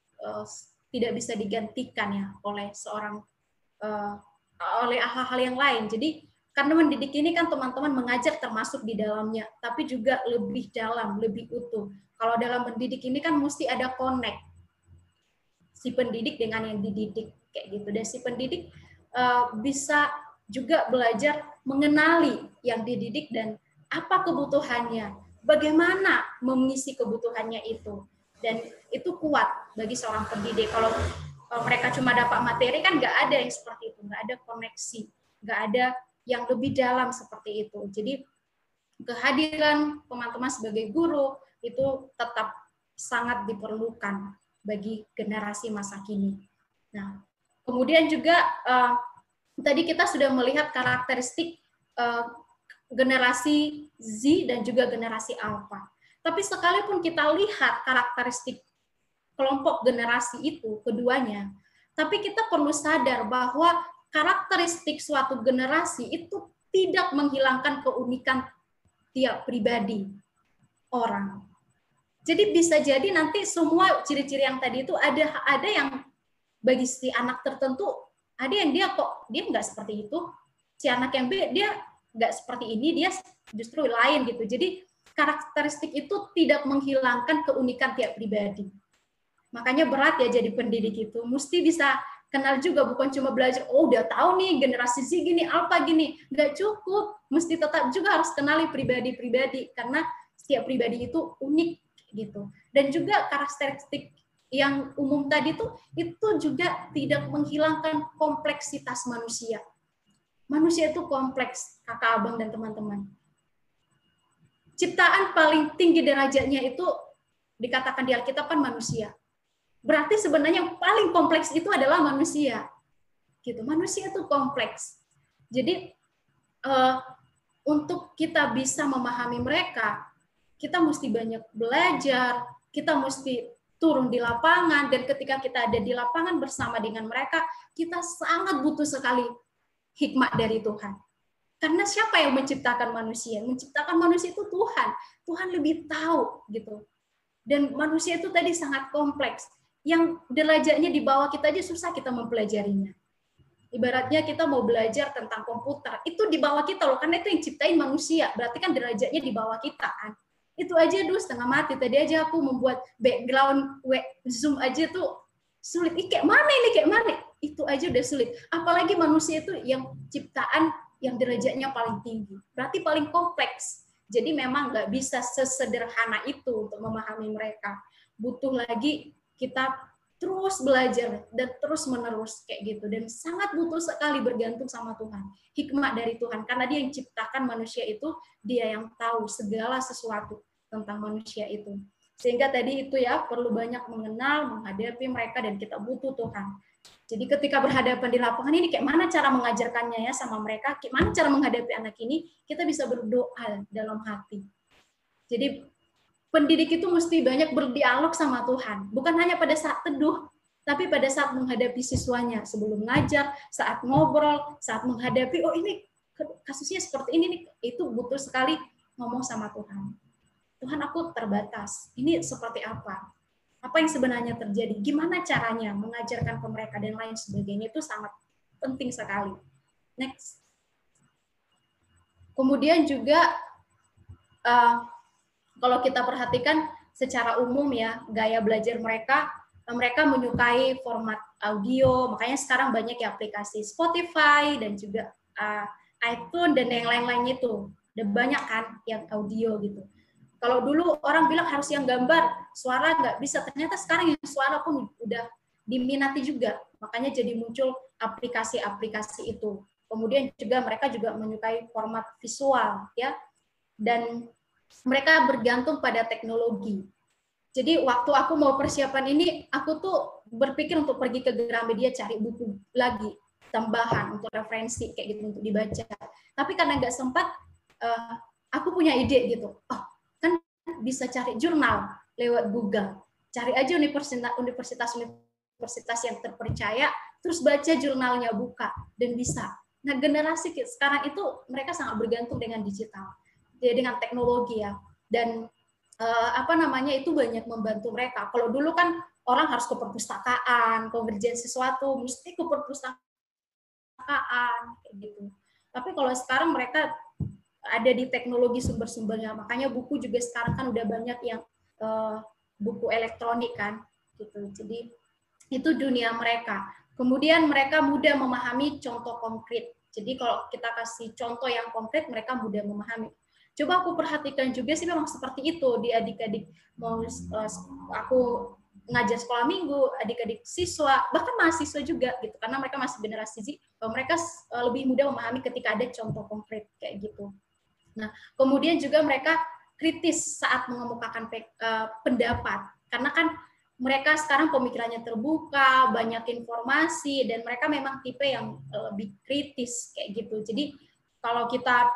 tidak bisa digantikan ya oleh seorang oleh hal-hal yang lain. Jadi karena mendidik ini kan teman-teman mengajar termasuk di dalamnya, tapi juga lebih dalam, lebih utuh. Kalau dalam mendidik ini kan mesti ada connect si pendidik dengan yang dididik kayak gitu. Dan si pendidik bisa juga belajar mengenali yang dididik dan apa kebutuhannya, bagaimana mengisi kebutuhannya itu. Dan itu kuat bagi seorang pendidik. Kalau mereka cuma dapat materi kan nggak ada yang seperti itu, nggak ada koneksi, nggak ada yang lebih dalam seperti itu. Jadi kehadiran teman-teman sebagai guru itu tetap sangat diperlukan bagi generasi masa kini. Nah, kemudian juga tadi kita sudah melihat karakteristik generasi Z dan juga generasi Alpha. Tapi sekalipun kita lihat karakteristik kelompok generasi itu keduanya, tapi kita perlu sadar bahwa karakteristik suatu generasi itu tidak menghilangkan keunikan tiap pribadi orang. Jadi bisa jadi nanti semua ciri-ciri yang tadi itu ada yang bagi si anak tertentu, ada yang dia nggak seperti itu, si anak yang B dia nggak seperti ini, dia justru lain gitu. Jadi karakteristik itu tidak menghilangkan keunikan tiap pribadi. Makanya berat ya jadi pendidik itu, mesti bisa kenal juga, bukan cuma belajar, oh udah tahu nih generasi Z gini, alpha gini, nggak cukup, mesti tetap juga harus kenali pribadi-pribadi, karena setiap pribadi itu unik gitu. Dan juga karakteristik yang umum tadi tuh itu juga tidak menghilangkan kompleksitas manusia. Manusia itu kompleks, kakak abang dan teman-teman. Ciptaan paling tinggi derajatnya itu dikatakan di Alkitab kan manusia. Berarti sebenarnya yang paling kompleks itu adalah manusia. Gitu. Manusia itu kompleks. Jadi untuk kita bisa memahami mereka, kita mesti banyak belajar, kita mesti turun di lapangan, dan ketika kita ada di lapangan bersama dengan mereka, kita sangat butuh sekali hikmat dari Tuhan. Karena siapa yang menciptakan manusia? Menciptakan manusia itu Tuhan. Tuhan lebih tahu gitu. Dan manusia itu tadi sangat kompleks. Yang derajatnya di bawah kita aja susah kita mempelajarinya. Ibaratnya kita mau belajar tentang komputer, itu di bawah kita loh, karena itu yang ciptain manusia. Berarti kan derajatnya di bawah kita kan. Itu aja dulu setengah mati. Tadi aja aku membuat background Zoom aja tuh sulit. Kayak mana ini, kayak mana? Itu aja udah sulit. Apalagi manusia itu yang ciptaan yang derajatnya paling tinggi. Berarti paling kompleks. Jadi memang nggak bisa sesederhana itu untuk memahami mereka. Butuh lagi kita terus belajar dan terus menerus kayak gitu. Dan sangat butuh sekali bergantung sama Tuhan. Hikmat dari Tuhan. Karena dia yang ciptakan manusia itu, dia yang tahu segala sesuatu tentang manusia itu. Sehingga tadi itu ya, perlu banyak mengenal, menghadapi mereka, dan kita butuh Tuhan. Jadi ketika berhadapan di lapangan ini, kayak mana cara mengajarkannya ya sama mereka, kayak mana cara menghadapi anak ini, kita bisa berdoa dalam hati. Jadi pendidik itu mesti banyak berdialog sama Tuhan, bukan hanya pada saat teduh, tapi pada saat menghadapi siswanya, sebelum ngajar, saat ngobrol, saat menghadapi, oh ini kasusnya seperti ini nih, itu butuh sekali ngomong sama Tuhan. Tuhan, aku terbatas, ini seperti apa? Apa yang sebenarnya terjadi, gimana caranya mengajarkan ke mereka, dan lain sebagainya. Itu sangat penting sekali. Next. Kemudian juga kalau kita perhatikan secara umum ya, gaya belajar mereka menyukai format audio, makanya sekarang banyak ya aplikasi Spotify dan juga iTunes dan yang lain-lain itu. Udah banyak kan yang audio gitu. Kalau dulu orang bilang harus yang gambar, suara nggak bisa. Ternyata sekarang yang suara pun udah diminati juga. Makanya jadi muncul aplikasi-aplikasi itu. Kemudian juga mereka juga menyukai format visual, ya. Dan mereka bergantung pada teknologi. Jadi waktu aku mau persiapan ini, aku tuh berpikir untuk pergi ke Gramedia cari buku lagi tambahan untuk referensi kayak gitu untuk dibaca. Tapi karena nggak sempat, aku punya ide gitu. Oh, kan bisa cari jurnal lewat Google. Cari aja universitas yang terpercaya, terus baca jurnalnya, buka, dan bisa. Nah, generasi sekarang itu mereka sangat bergantung dengan digital, ya, dengan teknologi ya. Dan itu banyak membantu mereka. Kalau dulu kan orang harus ke perpustakaan, kalau ngerjain sesuatu mesti ke perpustakaan kayak gitu. Tapi kalau sekarang mereka ada di teknologi sumber-sumbernya, makanya buku juga sekarang kan udah banyak yang buku elektronik kan, gitu. Jadi itu dunia mereka. Kemudian mereka mudah memahami contoh konkret. Jadi kalau kita kasih contoh yang konkret, mereka mudah memahami. Coba aku perhatikan juga sih memang seperti itu di adik-adik. Mau aku ngajar sekolah minggu, adik-adik siswa, bahkan mahasiswa juga gitu, karena mereka masih generasi Z, mereka lebih mudah memahami ketika ada contoh konkret kayak gitu. Nah, kemudian juga mereka kritis saat mengemukakan pendapat, karena kan mereka sekarang pemikirannya terbuka, banyak informasi, dan mereka memang tipe yang lebih kritis kayak gitu. Jadi kalau kita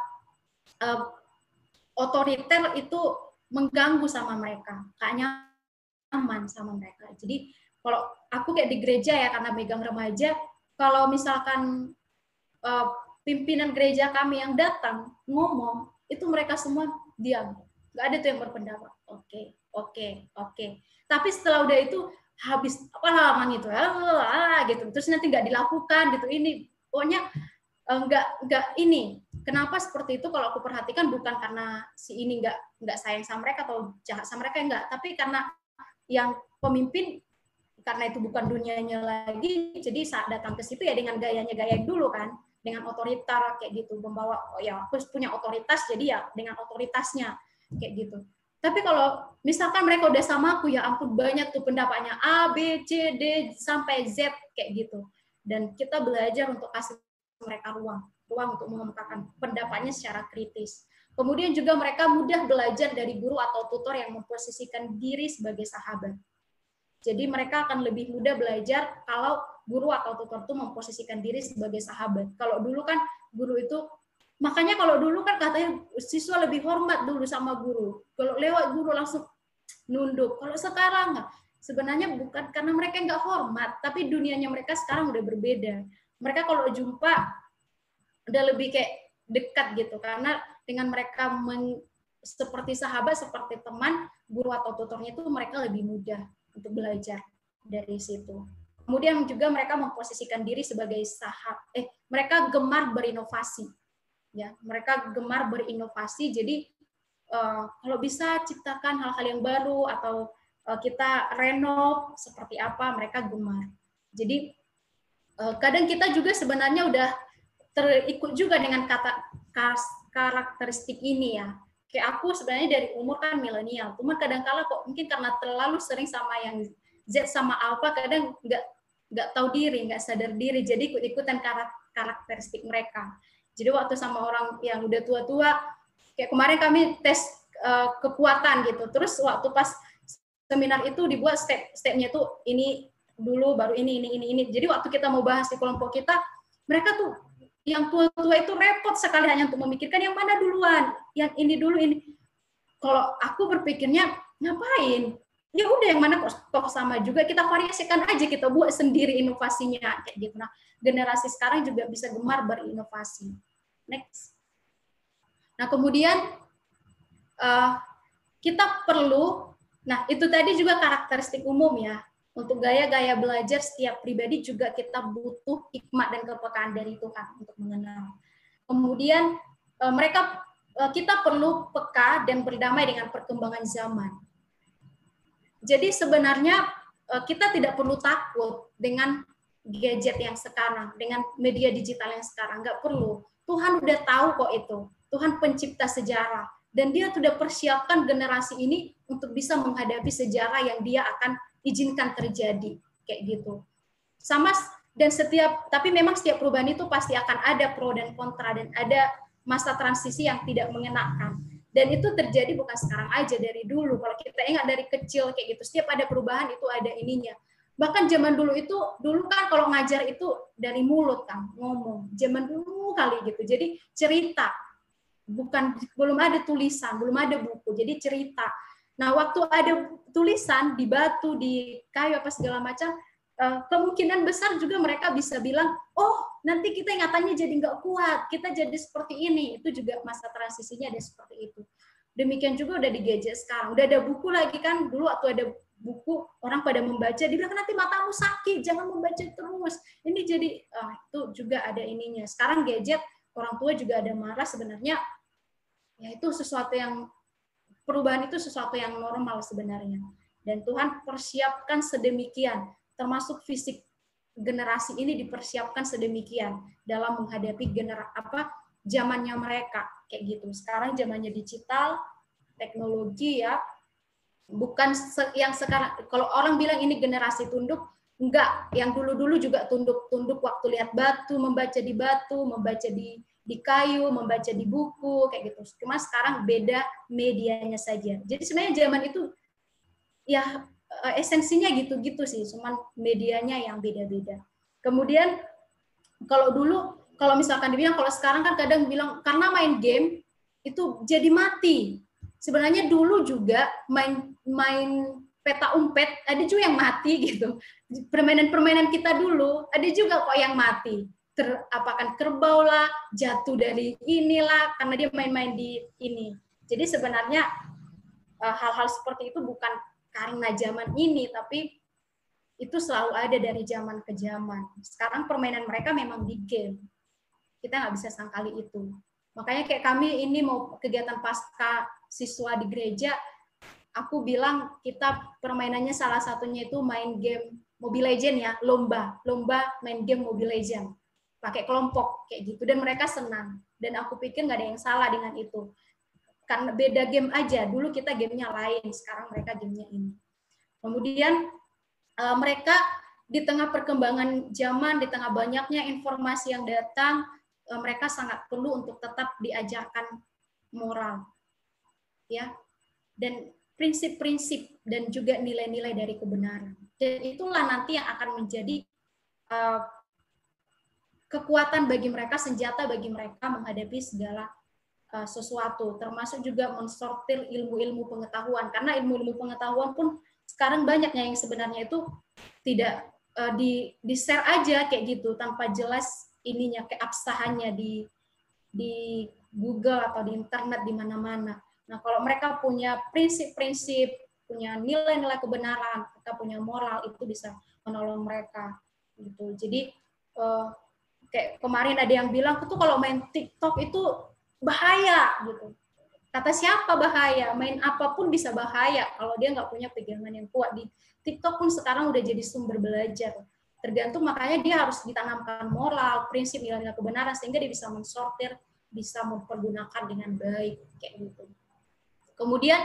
otoriter itu mengganggu sama mereka, kayaknya nyaman sama mereka. Jadi kalau aku kayak di gereja ya, karena megang remaja, kalau misalkan pimpinan gereja kami yang datang ngomong, itu mereka semua diam, nggak ada tuh yang berpendapat. Oke. Tapi setelah udah itu habis apa halaman itu, gitu, terus nanti nggak dilakukan gitu. Ini pokoknya nggak ini. Kenapa seperti itu? Kalau aku perhatikan bukan karena si ini nggak sayang sama mereka atau jahat sama mereka, enggak, tapi karena yang pemimpin karena itu bukan dunianya lagi, jadi saat datang ke situ ya dengan gayanya gaya dulu kan, dengan otoriter kayak gitu, membawa oh ya aku punya otoritas, jadi ya dengan otoritasnya kayak gitu. Tapi kalau misalkan mereka udah sama aku, ya ampun banyak tuh pendapatnya A, B, C, D sampai Z kayak gitu. Dan kita belajar untuk kasih mereka ruang untuk mengemukakan pendapatnya secara kritis. Kemudian juga mereka mudah belajar dari guru atau tutor yang memposisikan diri sebagai sahabat. Jadi mereka akan lebih mudah belajar kalau guru atau tutor itu memposisikan diri sebagai sahabat. Kalau dulu kan guru itu, makanya kalau dulu kan katanya siswa lebih hormat dulu sama guru. Kalau lewat guru langsung nunduk. Kalau sekarang nggak. Sebenarnya bukan karena mereka nggak hormat, tapi dunianya mereka sekarang udah berbeda. Mereka kalau jumpa udah lebih kayak dekat gitu, karena dengan mereka seperti sahabat, seperti teman, guru atau tutornya itu mereka lebih mudah untuk belajar dari situ. Kemudian juga mereka memposisikan diri sebagai mereka gemar berinovasi. Ya, mereka gemar berinovasi. Jadi kalau bisa ciptakan hal-hal yang baru atau kita renov seperti apa, mereka gemar. Jadi kadang kita juga sebenarnya udah terikut juga dengan karakteristik ini ya. Kayak aku sebenarnya dari umur kan milenial, cuma kadang-kala kok mungkin karena terlalu sering sama yang Z sama Alpha, kadang nggak tahu diri, nggak sadar diri, jadi ikut-ikutan karakteristik mereka. Jadi waktu sama orang yang udah tua-tua, kayak kemarin kami tes kekuatan gitu, terus waktu pas seminar itu dibuat step-stepnya tuh ini dulu, baru ini. Jadi waktu kita mau bahas di kelompok kita, mereka tuh yang tua-tua itu repot sekali hanya untuk memikirkan yang mana duluan, yang ini dulu ini. Kalau aku berpikirnya ngapain? Ya udah yang mana kok sama juga, kita variasikan aja, kita buat sendiri inovasinya kayak gitu. Nah, generasi sekarang juga bisa gemar berinovasi. Next. Nah, kemudian kita perlu, nah itu tadi juga karakteristik umum ya. Untuk gaya-gaya belajar setiap pribadi juga kita butuh hikmat dan kepekaan dari Tuhan untuk mengenal. Kemudian kita perlu peka dan berdamai dengan perkembangan zaman. Jadi sebenarnya kita tidak perlu takut dengan gadget yang sekarang, dengan media digital yang sekarang, nggak perlu. Tuhan udah tahu kok itu. Tuhan pencipta sejarah. Dan dia sudah persiapkan generasi ini untuk bisa menghadapi sejarah yang dia akan izinkan terjadi kayak gitu. Sama dan tapi memang setiap perubahan itu pasti akan ada pro dan kontra dan ada masa transisi yang tidak mengenakan. Dan itu terjadi bukan sekarang aja, dari dulu. Kalau kita ingat dari kecil kayak gitu, setiap ada perubahan itu ada ininya. Bahkan zaman dulu kan kalau ngajar itu dari mulut kan, ngomong. Zaman dulu kali gitu. Jadi cerita. Belum ada tulisan, belum ada buku. Jadi cerita. Nah, waktu ada tulisan di batu, di kayu apa segala macam, kemungkinan besar juga mereka bisa bilang, oh nanti kita ingatannya jadi nggak kuat, kita jadi seperti ini. Itu juga masa transisinya ada seperti itu. Demikian juga udah di gadget sekarang, udah ada buku lagi kan. Dulu waktu ada buku, orang pada membaca, dibilang nanti matamu sakit, jangan membaca terus. Ini jadi, itu juga ada ininya. Sekarang gadget, orang tua juga ada marah sebenarnya, ya itu sesuatu yang, perubahan itu sesuatu yang normal sebenarnya. Dan Tuhan persiapkan sedemikian, termasuk fisik generasi ini dipersiapkan sedemikian dalam menghadapi zamannya mereka kayak gitu. Sekarang zamannya digital, teknologi ya, bukan yang sekarang. Kalau orang bilang ini generasi tunduk, enggak. Yang dulu-dulu juga tunduk waktu lihat batu, membaca di batu, membaca di kayu, membaca di buku kayak gitu. Cuma sekarang beda medianya saja. Jadi sebenarnya zaman itu ya esensinya gitu-gitu sih, cuman medianya yang beda-beda. Kemudian kalau dulu, kalau misalkan dibilang, kalau sekarang kan kadang bilang karena main game itu jadi mati. Sebenarnya dulu juga main peta umpet ada juga yang mati gitu. Permainan-permainan kita dulu ada juga kok yang mati. Apakan kerbau lah, jatuh dari inilah karena dia main-main di ini. Jadi sebenarnya hal-hal seperti itu bukan karena zaman ini, tapi itu selalu ada dari zaman ke zaman. Sekarang permainan mereka memang di game. Kita nggak bisa sangkali itu. Makanya kayak kami ini mau kegiatan pasca siswa di gereja, aku bilang kita permainannya salah satunya itu main game Mobile Legend ya, lomba main game Mobile Legend, pakai kelompok kayak gitu, dan mereka senang. Dan aku pikir nggak ada yang salah dengan itu, karena beda game aja. Dulu kita gamenya lain, sekarang mereka gamenya ini. Kemudian mereka di tengah perkembangan zaman, di tengah banyaknya informasi yang datang, mereka sangat perlu untuk tetap diajarkan moral, ya, dan prinsip-prinsip dan juga nilai-nilai dari kebenaran. Dan itulah nanti yang akan menjadi kekuatan bagi mereka, senjata bagi mereka menghadapi segala sesuatu, termasuk juga mensortir ilmu-ilmu pengetahuan, karena ilmu-ilmu pengetahuan pun sekarang banyaknya yang sebenarnya itu tidak di-share aja kayak gitu tanpa jelas ininya, keabsahannya di Google atau di internet di mana-mana. Nah, kalau mereka punya prinsip-prinsip, punya nilai-nilai kebenaran, mereka punya moral, itu bisa menolong mereka gitu. Jadi kayak kemarin ada yang bilang tuh kalau main TikTok itu bahaya gitu. Kata siapa bahaya? Main apapun bisa bahaya kalau dia nggak punya pegangan yang kuat. Di TikTok pun sekarang udah jadi sumber belajar. Tergantung, makanya dia harus ditanamkan moral, prinsip, nilai-nilai kebenaran, sehingga dia bisa mensortir, bisa mempergunakan dengan baik kayak gitu. Kemudian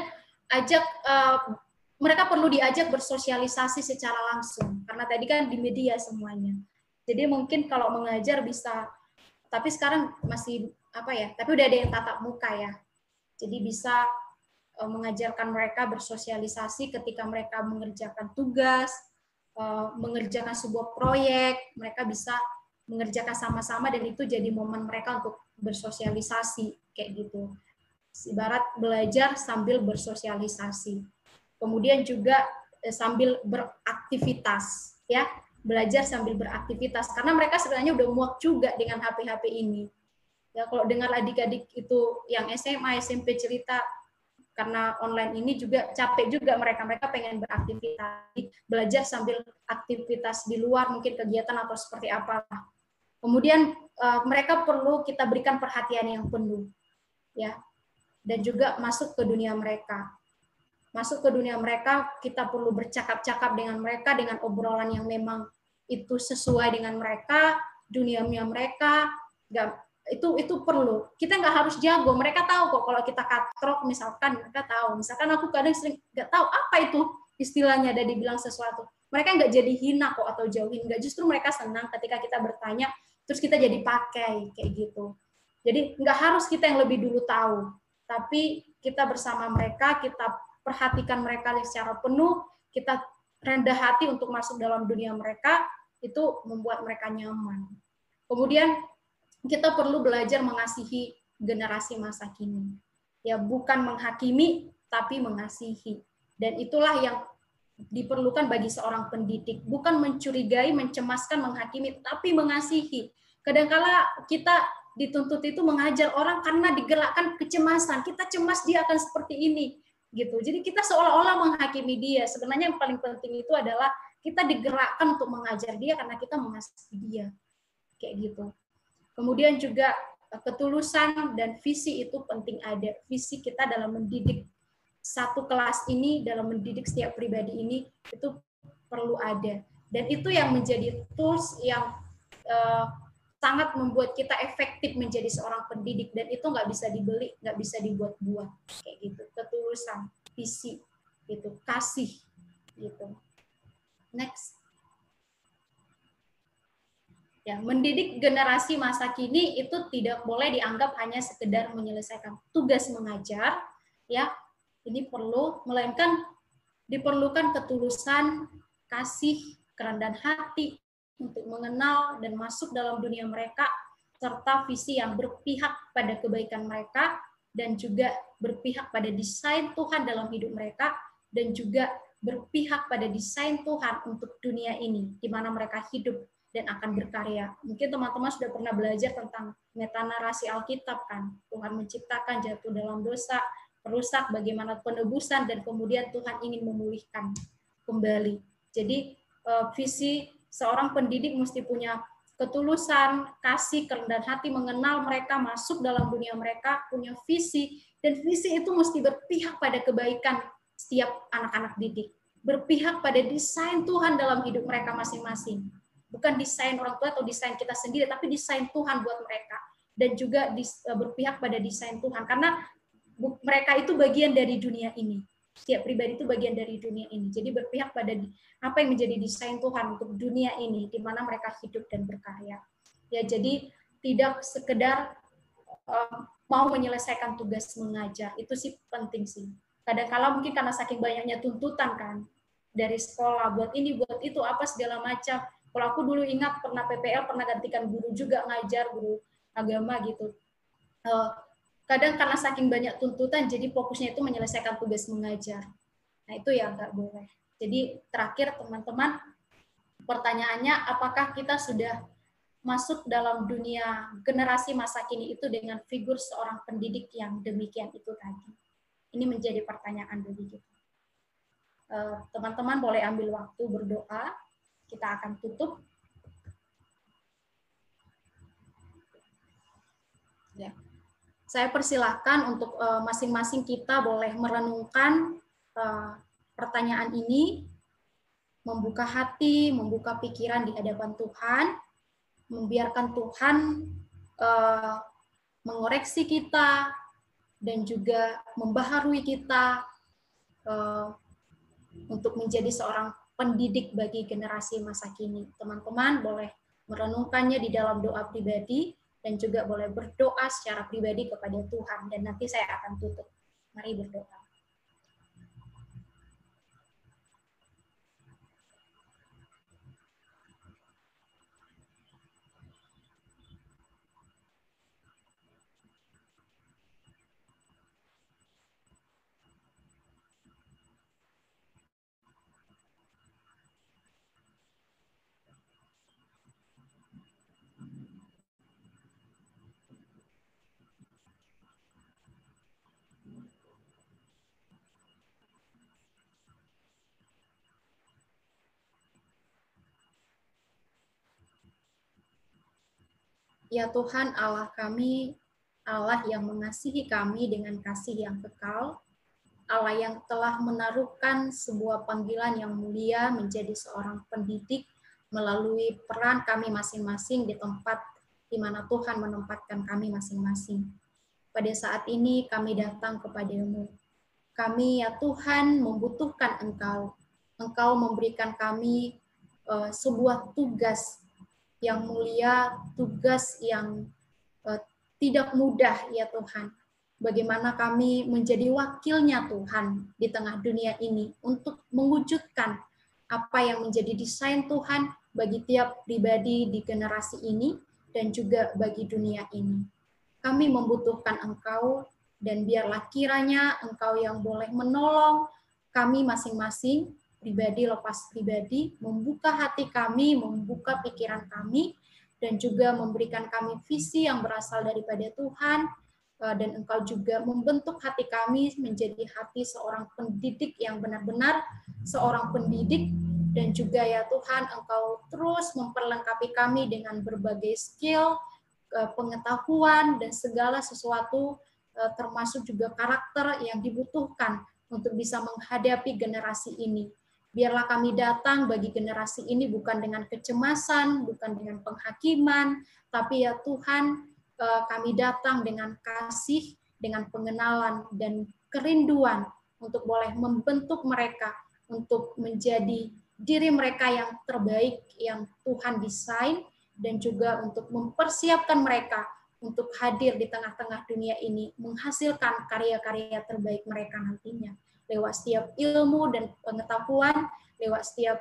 mereka perlu diajak bersosialisasi secara langsung, karena tadi kan di media semuanya. Jadi mungkin kalau mengajar bisa, tapi sekarang masih apa ya? Tapi udah ada yang tatap muka ya. Jadi bisa mengajarkan mereka bersosialisasi ketika mereka mengerjakan tugas, mengerjakan sebuah proyek, mereka bisa mengerjakan sama-sama dan itu jadi momen mereka untuk bersosialisasi kayak gitu. Ibarat belajar sambil bersosialisasi. Kemudian juga sambil beraktivitas, ya, belajar sambil beraktivitas, karena mereka sebenarnya udah muak juga dengan HP-HP ini. Ya, kalau dengar adik-adik itu yang SMA, SMP cerita, karena online ini juga capek juga mereka pengen beraktivitas, belajar sambil aktivitas di luar, mungkin kegiatan atau seperti apa. Kemudian mereka perlu kita berikan perhatian yang penuh, ya, dan juga masuk ke dunia mereka. Masuk ke dunia mereka, kita perlu bercakap-cakap dengan mereka dengan obrolan yang memang itu sesuai dengan mereka, dunianya mereka. Itu perlu. Kita nggak harus jago. Mereka tahu kok kalau kita katrok misalkan, mereka tahu. Misalkan aku kadang sering nggak tahu apa itu istilahnya, ada dibilang sesuatu. Mereka nggak jadi hina kok atau jauhin. Nggak, justru mereka senang ketika kita bertanya, terus kita jadi pakai kayak gitu. Jadi nggak harus kita yang lebih dulu tahu, tapi kita bersama mereka, kita perhatikan mereka secara penuh, kita rendah hati untuk masuk dalam dunia mereka, itu membuat mereka nyaman. Kemudian kita perlu belajar mengasihi generasi masa kini. Ya, bukan menghakimi, tapi mengasihi. Dan itulah yang diperlukan bagi seorang pendidik. Bukan mencurigai, mencemaskan, menghakimi, tapi mengasihi. Kadangkala kita dituntut itu mengajar orang karena digerakkan kecemasan. Kita cemas dia akan seperti ini. Gitu. Jadi kita seolah-olah menghakimi dia. Sebenarnya yang paling penting itu adalah kita digerakkan untuk mengajar dia karena kita mengasihi dia. Kayak gitu. Kemudian juga ketulusan dan visi itu penting ada. Visi kita dalam mendidik satu kelas ini, dalam mendidik setiap pribadi ini, itu perlu ada. Dan itu yang menjadi tools yang sangat membuat kita efektif menjadi seorang pendidik. Dan itu nggak bisa dibeli, nggak bisa dibuat-buat. Kayak gitu. Ketulusan, visi, gitu, kasih. Gitu. Next. Ya, mendidik generasi masa kini itu tidak boleh dianggap hanya sekedar menyelesaikan tugas mengajar, ya. Ini perlu, melainkan diperlukan ketulusan, kasih, kerendahan hati untuk mengenal dan masuk dalam dunia mereka, serta visi yang berpihak pada kebaikan mereka dan juga berpihak pada desain Tuhan dalam hidup mereka dan juga berpihak pada desain Tuhan untuk dunia ini di mana mereka hidup dan akan berkarya. Mungkin teman-teman sudah pernah belajar tentang metanarasi Alkitab kan. Tuhan menciptakan, jatuh dalam dosa, merusak, bagaimana penebusan, dan kemudian Tuhan ingin memulihkan kembali. Jadi visi seorang pendidik mesti punya ketulusan, kasih, kerendahan hati, mengenal mereka, masuk dalam dunia mereka, punya visi, dan visi itu mesti berpihak pada kebaikan setiap anak-anak didik. berpihak pada desain Tuhan dalam hidup mereka masing-masing. Bukan desain orang tua atau desain kita sendiri, tapi desain Tuhan buat mereka. Dan juga berpihak pada desain Tuhan. Karena mereka itu bagian dari dunia ini. Setiap pribadi itu bagian dari dunia ini. Jadi berpihak pada apa yang menjadi desain Tuhan untuk dunia ini, di mana mereka hidup dan berkarya. Ya, jadi tidak sekedar mau menyelesaikan tugas mengajar. Itu sih penting sih. Kadang-kala mungkin karena saking banyaknya tuntutan kan, dari sekolah, buat ini, buat itu, apa segala macam. Kalau aku dulu ingat pernah PPL, pernah gantikan guru juga ngajar, guru agama gitu. Kadang karena saking banyak tuntutan, jadi fokusnya itu menyelesaikan tugas mengajar. Nah itu ya nggak boleh. Jadi terakhir teman-teman, pertanyaannya apakah kita sudah masuk dalam dunia generasi masa kini itu dengan figur seorang pendidik yang demikian itu tadi. Ini menjadi pertanyaan bagi kita. Teman-teman boleh ambil waktu berdoa. Kita akan tutup. Ya. Saya persilahkan untuk masing-masing kita boleh merenungkan pertanyaan ini, membuka hati, membuka pikiran di hadapan Tuhan, membiarkan Tuhan mengoreksi kita dan juga membaharui kita untuk menjadi seorang pendidik bagi generasi masa kini. Teman-teman boleh merenungkannya di dalam doa pribadi dan juga boleh berdoa secara pribadi kepada Tuhan. Dan nanti saya akan tutup. Mari berdoa. Ya Tuhan Allah kami, Allah yang mengasihi kami dengan kasih yang kekal, Allah yang telah menaruhkan sebuah panggilan yang mulia menjadi seorang pendidik melalui peran kami masing-masing di tempat di mana Tuhan menempatkan kami masing-masing. Pada saat ini kami datang kepadamu. Kami ya Tuhan membutuhkan Engkau. Engkau memberikan kami sebuah tugas yang mulia, tugas yang tidak mudah ya Tuhan. Bagaimana kami menjadi wakilnya Tuhan di tengah dunia ini untuk mewujudkan apa yang menjadi desain Tuhan bagi tiap pribadi di generasi ini dan juga bagi dunia ini. Kami membutuhkan Engkau dan biarlah kiranya Engkau yang boleh menolong kami masing-masing pribadi lepas pribadi, membuka hati kami, membuka pikiran kami, dan juga memberikan kami visi yang berasal daripada Tuhan, dan Engkau juga membentuk hati kami menjadi hati seorang pendidik yang benar-benar seorang pendidik, dan juga ya Tuhan, Engkau terus memperlengkapi kami dengan berbagai skill, pengetahuan, dan segala sesuatu, termasuk juga karakter yang dibutuhkan untuk bisa menghadapi generasi ini. Biarlah kami datang bagi generasi ini bukan dengan kecemasan, bukan dengan penghakiman, tapi ya Tuhan, kami datang dengan kasih, dengan pengenalan dan kerinduan untuk boleh membentuk mereka untuk menjadi diri mereka yang terbaik yang Tuhan desain, dan juga untuk mempersiapkan mereka untuk hadir di tengah-tengah dunia ini, menghasilkan karya-karya terbaik mereka nantinya. Lewat setiap ilmu dan pengetahuan, lewat setiap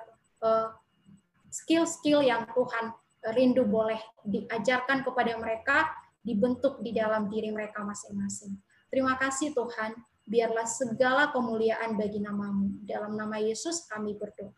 skill-skill yang Tuhan rindu boleh diajarkan kepada mereka, dibentuk di dalam diri mereka masing-masing. Terima kasih Tuhan, biarlah segala kemuliaan bagi nama-Mu. Dalam nama Yesus kami berdoa.